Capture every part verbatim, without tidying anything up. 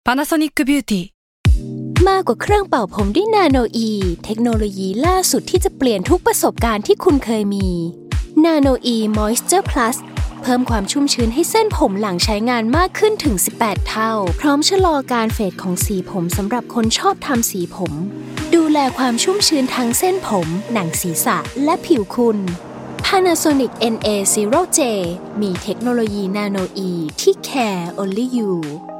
Panasonic Beauty มากกว่าเครื่องเป่าผมด้วยนาโนอีเทคโนโลยีล่าสุดที่จะเปลี่ยนทุกประสบการณ์ที่คุณเคยมีนาโนอีมอยส์เจอร์พลัสเพิ่มความชุ่มชื้นให้เส้นผมหลังใช้งานมากขึ้นถึงสิบแปดเท่าพร้อมชะลอการเฟดของสีผมสำหรับคนชอบทำสีผมดูแลความชุ่มชื้นทั้งเส้นผมหนังศีรษะและผิวคุณ Panasonic เอ็น เอ ศูนย์ เจ มีเทคโนโลยีนาโนอีที่ care only you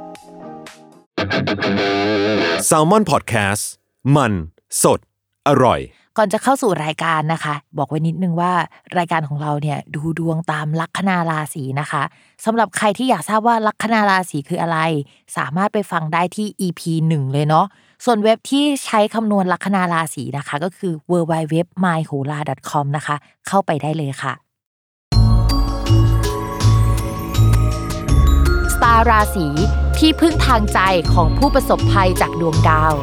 Salmon Podcast มันสดอร่อยก่อนจะเข้าสู่รายการนะคะบอกไว้นิดนึงว่ารายการของเราเนี่ยดูดวงตามลัคนาราศีนะคะสำหรับใครที่อยากทราบว่าลัคนาราศีคืออะไรสามารถไปฟังได้ที่ อี พี หนึ่งเลยเนาะส่วนเว็บที่ใช้คำนวณลัคนาราศีนะคะก็คือ ดับเบิลยู ดับเบิลยู ดับเบิลยู ดอท มายโหรา ดอท คอม นะคะเข้าไปได้เลยค่ะสตาร์ราศีที่พึ่งทางใจของผู้ประสบภัยจากดวงดาว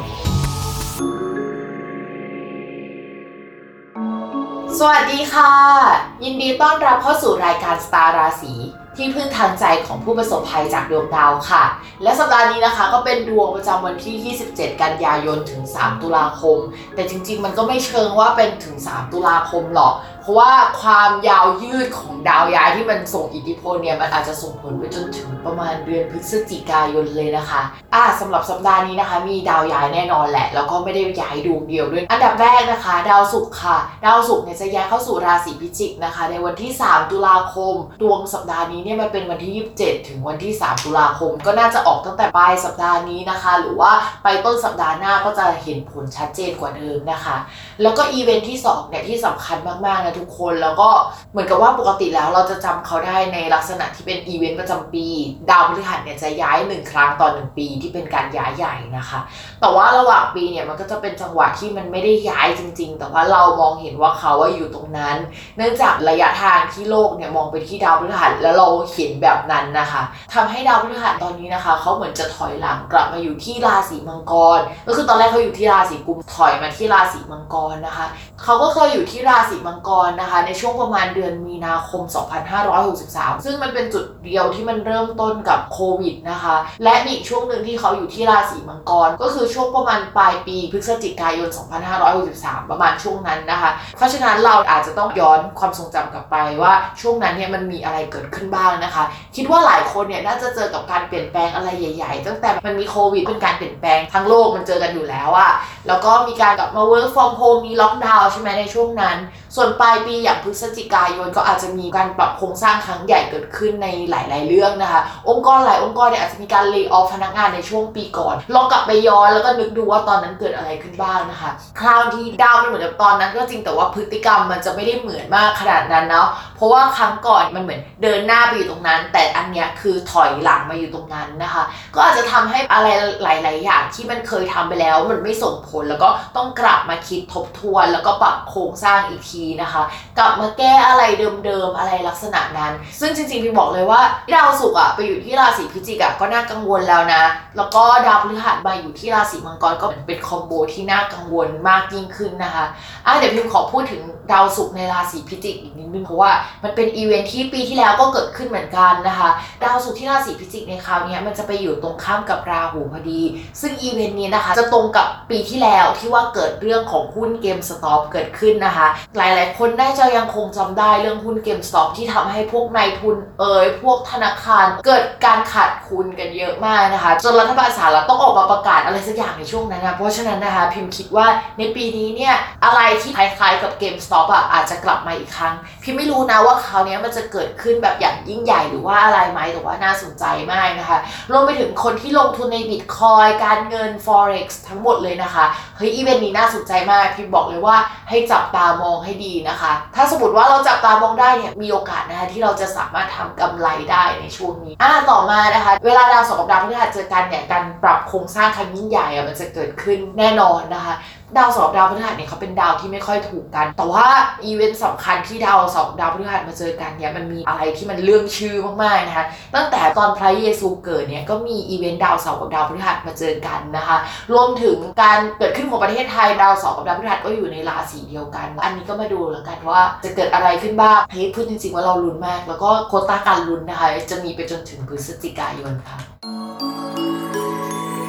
สวัสดีค่ะยินดีต้อนรับเข้าสู่รายการสตาร์ราศีที่พึ่งทางใจของผู้ประสบภัยจากดวงดาวค่ะและสัปดาห์นี้นะคะก็เป็นดวงประจำวันที่ยี่สิบเจ็ดกันยายนถึงสามตุลาคมแต่จริงๆมันก็ไม่เชิงว่าเป็นถึงสามตุลาคมหรอกเพราะว่าความยาวยืดของดาวย้ายที่มันส่งอิทธิพลเนี่ยมันอาจจะส่งผลไปจนถึงประมาณเดือนพฤศจิกายนเลยนะคะอ่ะสำหรับสัปดาห์นี้นะคะมีดาวย้ายแน่นอนแหละแล้วก็ไม่ได้ย้ายดวงเดียวด้วยอันดับแรกนะคะดาวศุกร์ค่ะดาวศุกร์เนี่ยจะย้ายเข้าสู่ราศีพิจิกนะคะในวันที่สามตุลาคมดวงสัปดาห์นี้เนี่ยมันเป็นวันที่ยี่สิบเจ็ดถึงวันที่สามตุลาคมก็น่าจะออกตั้งแต่ปลายสัปดาห์นี้นะคะหรือว่าไปต้นสัปดาห์หน้าก็จะเห็นผลชัดเจนกว่าเดิมนะคะแล้วก็อีเวนท์ที่สองเนี่ยที่สำคัญมากๆนะทุกคนแล้วก็เหมือนกับว่าปกติแล้วเราจะจำเขาได้ในลักษณะที่เป็นอีเวนต์ประจำปีดาวพฤหัสเนี่ยจะย้ายหนึ่งครั้งต่อหนึ่งปีที่เป็นการย้ายใหญ่นะคะแต่ว่าระหว่างปีเนี่ยมันก็จะเป็นจังหวะที่มันไม่ได้ย้ายจริงๆแต่ว่าเรามองเห็นว่าเขาว่าอยู่ตรงนั้นเนื่องจากระยะทางที่โลกเนี่ยมองไปที่ดาวพฤหัสแล้วเราเห็นแบบนั้นนะคะทำให้ดาวพฤหัสตอนนี้นะคะเขาเหมือนจะถอยหลังกลับมาอยู่ที่ราศีมังกรก็คือตอนแรกเขาอยู่ที่ราศีกุมถอยมาที่ราศีมังกรนะคะเขาก็เคยอยู่ที่ราศีมังกรนะคะในช่วงประมาณเดือนมีนาคมสองพันห้าร้อยหกสิบสามซึ่งมันเป็นจุดเดียวที่มันเริ่มต้นกับโควิดนะคะและมีอีกช่วงนึงที่เขาอยู่ที่ราศีมังกรก็คือช่วงประมาณปลายปีพฤศจิกายนสองพันห้าร้อยหกสิบสามประมาณช่วงนั้นนะคะเพราะฉะนั้นเราอาจจะต้องย้อนความทรงจำกลับไปว่าช่วงนั้นเนี่ยมันมีอะไรเกิดขึ้นบ้างนะคะคิดว่าหลายคนเนี่ยน่าจะเจอกับการเปลี่ยนแปลงอะไรใหญ่ๆตั้งแต่มันมีโควิดเป็นการเปลี่ยนแปลงทั้งโลกมันเจอกันอยู่แล้วอะแล้วก็มีการกลับมา work from home มีล็อกดาวน์ใช่ไหมในช่วงนั้นส่วนปลายปีอย่างพฤศจิกายนก็อาจจะมีการปรับโครงสร้างครั้งใหญ่เกิดขึ้นในหลายๆเรื่องนะคะองค์กรหลายองค์กรเนี่ยอาจจะมีการ lay off พนักงานในช่วงปีก่อนลองกลับไปย้อนแล้วก็นึกดูว่าตอนนั้นเกิดอะไรขึ้นบ้างนะคะคราวที่ดาวมันเหมือนกับตอนนั้นก็จริงแต่ว่าพฤติกรรมมันจะไม่ได้เหมือนมากขนาดนั้นเนาะเพราะว่าครั้งก่อนมันเหมือนเดินหน้าไปอยู่ตรงนั้นแต่อันเนี้ยคือถอยหลังมาอยู่ตรงนั้นนะคะก็อาจจะทำให้อะไรหลายๆอย่างที่มันเคยทำไปแล้วมันไม่ส่งผลแล้วก็ต้องกลับมาคิดทบทวนแล้วก็ปรับโครงสร้างอีกทีนะคะกลับมาแก้อะไรเดิมๆอะไรลักษณะนั้นซึ่งจริงๆพี่บอกเลยว่าดาวศุกร์อ่ะไปอยู่ที่ราศีพิจิกอ่ะก็น่ากังวลแล้วนะแล้วก็ดาวพฤหัสมาอยู่ที่ราศีมังกรก็เป็นคอมโบที่น่ากังวลมากยิ่งขึ้นนะคะอ่ะเดี๋ยวพิมขอพูดถึงดาวศุกร์ในราศีพิจิกอีกนิดนึงเพราะว่ามันเป็นอีเวนท์ที่ปีที่แล้วก็เกิดขึ้นเหมือนกันนะคะดาวศุกร์ที่ราศีพิจิกในคราวนี้มันจะไปอยู่ตรงข้ามกับราหูพอดีซึ่งอีเวนต์นี้นะคะจะตรงกับปีที่แล้วที่ว่าเกิดเรื่องของหุ้นเกมสต็อปเกิดขึ้นนะคะหลายๆคนน่าจะยังคงจำได้เรื่องหุ้นเกมสต็อปที่ทำให้พวกนายทุนเอ่ยพวกธนาคารเกิดการขาดทุนกันเยอะมากนะคะจนรัฐบาลสหรัฐต้องออกมาประกาศอะไรสักอย่างในช่วงนั้นนะเพราะฉะนั้นนะคะพิมคิดว่าในปีนี้เนี่ยอะไรที่คล้ายๆกับเกมสต็อปอ่ะอาจจะกลับมาอีกครั้งพิมไม่รู้นะว่าคราวนี้มันจะเกิดขึ้นแบบอย่างยิ่งใหญ่หรือว่าอะไรไหมแต่ว่าน่าสนใจมากนะคะรวมไปถึงคนที่ลงทุนในบิตคอยน์การเงิน Forex ทั้งหมดเลยนะคะเฮ้ยอีเวนต์นี้น่าสนใจมากพิมบอกเลยว่าให้จับตามองให้ดีนะคะถ้าสมมติว่าเราจับตามองได้เนี่ยมีโอกาสนะคะที่เราจะสามารถทำกำไรได้ในช่วงนี้อ่าต่อมานะคะเวลาดาวศุกร์กับดาวพฤหัสเจอกันเนี่ยการปรับโครงสร้างครั้งยิ่งใหญ่อะมันจะเกิดขึ้นแน่นอนนะคะดาวศุกร์กับดาวพฤหัสเนี่ยเขาเป็นดาวที่ไม่ค่อยถูกกันแต่ว่าอีเวนต์สำคัญที่ดาวศุกร์ดาวพฤหัสมาเจอกันเนี่ยมันมีอะไรที่มันเรื่องชื่อมากๆนะคะตั้งแต่ตอนพระเยซูเกิดเนี่ยก็มีอีเวนต์ดาวศุกร์กับดาวพฤหัสมาเจอกันนะคะรวมถึงการเกิดขึ้นของประเทศไทยดาวศุกร์กับดาวพฤหัสก็อยู่ในราศีเดียวกันอันนี้ก็มาดูแล้วกันว่าจะเกิดอะไรขึ้นบ้างเฮ้ยพูดจริงๆว่าเราลุ้นมากแล้วก็โควต้าการลุ้นนะคะจะมีไปจนถึงพฤศจิกายนค่ะ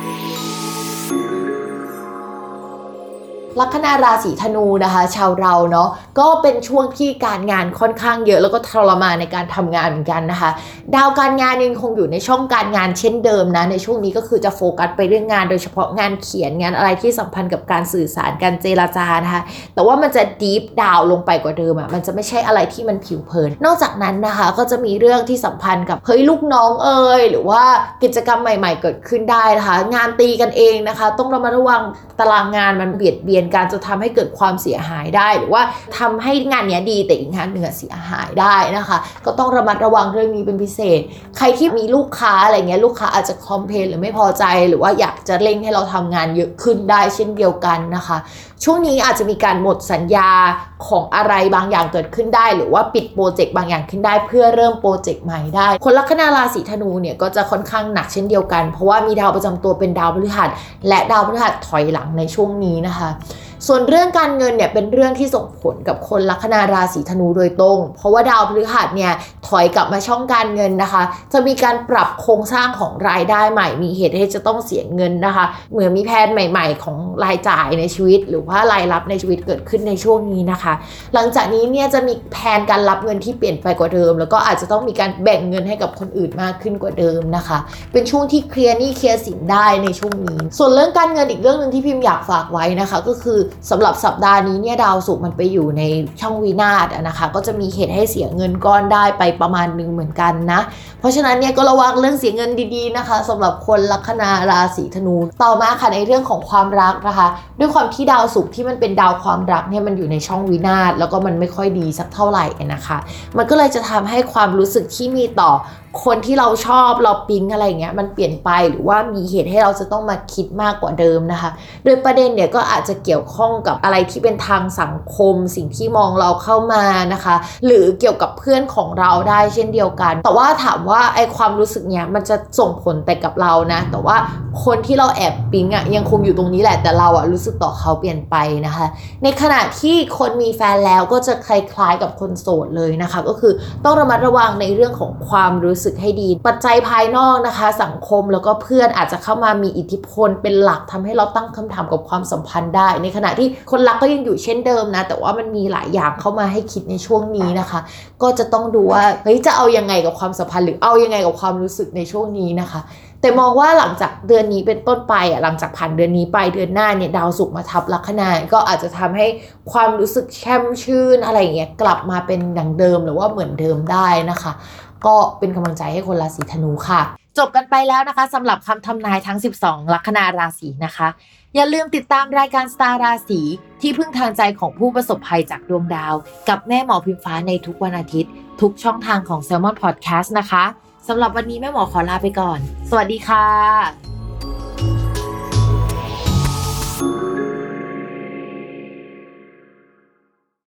ลัคนาราศีธนูนะคะชาวเราเนาะก็เป็นช่วงที่การงานค่อนข้างเยอะแล้วก็ทรมานในการทำงานเหมือนกันนะคะดาวการงานยังคงอยู่ในช่องการงานเช่นเดิมนะในช่วงนี้ก็คือจะโฟกัสไปเรื่องงานโดยเฉพาะงานเขียนงานอะไรที่สัมพันธ์กับการสื่อสารการเจรจานะคะแต่ว่ามันจะดีฟดาวลงไปกว่าเดิมอ่ะมันจะไม่ใช่อะไรที่มันผิวเผินนอกจากนั้นนะคะก็จะมีเรื่องที่สัมพันธ์กับเฮ้ยลูกน้องเอ่ยหรือว่ากิจกรรมใหม่ๆเกิดขึ้นได้นะคะงานตีกันเองนะคะต้องระมัดระวังตารางงานมันเบียดเบียนการจะทำให้เกิดความเสียหายได้หรือว่าทำให้งานเนี้ยดีแต่อีกงานหนึ่งเสียหายได้นะคะก็ต้องระมัดระวังเรื่องนี้เป็นพิเศษใครที่มีลูกค้าอะไรเงี้ยลูกค้าอาจจะคอมเพลนหรือไม่พอใจหรือว่าอยากจะเร่งให้เราทำงานเยอะขึ้นได้เช่นเดียวกันนะคะช่วงนี้อาจจะมีการหมดสัญญาของอะไรบางอย่างเกิดขึ้นได้หรือว่าปิดโปรเจกต์บางอย่างขึ้นได้เพื่อเริ่มโปรเจกต์ใหม่ได้คนลัคนาราศีธนูเนี่ยก็จะค่อนข้างหนักเช่นเดียวกันเพราะว่ามีดาวประจำตัวเป็นดาวพฤหัสและดาวพฤหัสถอยหลังในช่วงนี้นะคะส่วนเรื่องการเงินเนี่ยเป็นเรื่องที่ส่งผลกับคนลัคนาราศีธนูโดยตรงเพราะว่าดาวพฤหัสเนี่ยถอยกลับมาช่องการเงินนะคะจะมีการปรับโครงสร้างของรายได้ใหม่มีเหตุให้จะต้องเสียเงินนะคะเหมือนมีแผนใหม่ๆของรายจ่ายในชีวิตหรือว่ารายรับในชีวิตเกิดขึ้นในช่วงนี้นะคะหลังจากนี้เนี่ยจะมีแผนการรับเงินที่เปลี่ยนไปกว่าเดิมแล้วก็อาจจะต้องมีการแบ่งเงินให้กับคนอื่นมากขึ้นกว่าเดิมนะคะเป็นช่วงที่เคลียร์หนี้เคลียร์สินได้ในช่วงนี้ส่วนเรื่องการเงินอีกเรื่องนึงที่พิมพ์อยากฝากไว้นะคะก็คือสำหรับสัปดาห์นี้เนี่ยดาวศุกร์มันไปอยู่ในช่องวินาศนะคะก็จะมีเหตุให้เสียเงินก้อนได้ไปประมาณนึงเหมือนกันนะเพราะฉะนั้นเนี่ยก็ระวังเรื่องเสียเงินดีๆนะคะสำหรับคนลัคนาราศีธนูต่อมาค่ะในเรื่องของความรักนะคะด้วยความที่ดาวศุกร์ที่มันเป็นดาวความรักเนี่ยมันอยู่ในช่องวินาศแล้วก็มันไม่ค่อยดีสักเท่าไหร่นะคะมันก็เลยจะทำให้ความรู้สึกที่มีต่อคนที่เราชอบเราปิ๊งอะไรเงี้ยมันเปลี่ยนไปหรือว่ามีเหตุให้เราจะต้องมาคิดมากกว่าเดิมนะคะโดยประเด็นเนี่ยก็อาจจะเกี่ยวข้องกับอะไรที่เป็นทางสังคมสิ่งที่มองเราเข้ามานะคะหรือเกี่ยวกับเพื่อนของเราได้เช่นเดียวกันแต่ว่าถามว่าไอความรู้สึกเนี้ยมันจะส่งผลแต่กับเรานะแต่ว่าคนที่เราแอบปิ๊งอ่ะยังคงอยู่ตรงนี้แหละแต่เราอ่ะรู้สึกต่อเขาเปลี่ยนไปนะคะในขณะที่คนมีแฟนแล้วก็จะคล้ายๆกับคนโสดเลยนะคะก็คือต้องระมัดระวังในเรื่องของความรู้สึกให้ดีปัจจัยภายนอกนะคะสังคมแล้วก็เพื่อนอาจจะเข้ามามีอิทธิพลเป็นหลักทำให้เราตั้งคำถามกับความสัมพันธ์ได้ในขณะที่คนรักก็ยังอยู่เช่นเดิมนะแต่ว่ามันมีหลายอย่างเข้ามาให้คิดในช่วงนี้นะคะก็จะต้องดูว่าเฮ้ยจะเอายังไงกับความสัมพันธ์หรือเอายังไงกับความรู้สึกในช่วงนี้นะคะแต่มองว่าหลังจากเดือนนี้เป็นต้นไปอ่ะหลังจากผ่านเดือนนี้ไปเดือนหน้าเนี่ยดาวศุกร์มาทับลัคนาก็อาจจะทำให้ความรู้สึกแช่มชื่นอะไรเงี้ยกลับมาเป็นดังเดิมหรือว่าเหมือนเดิมได้นะคะก็เป็นกำลังใจให้คนราศีธนูค่ะจบกันไปแล้วนะคะสำหรับคำทำนายทั้งสิบสองลัคนาราศีนะคะอย่าลืมติดตามรายการสตาร์ราศีที่พึ่งทางใจของผู้ประสบภัยจากดวงดาวกับแม่หมอพิมฟ้าในทุกวันอาทิตย์ทุกช่องทางของ Salmon Podcast นะคะสำหรับวันนี้แม่หมอขอลาไปก่อนสวัสดีค่ะ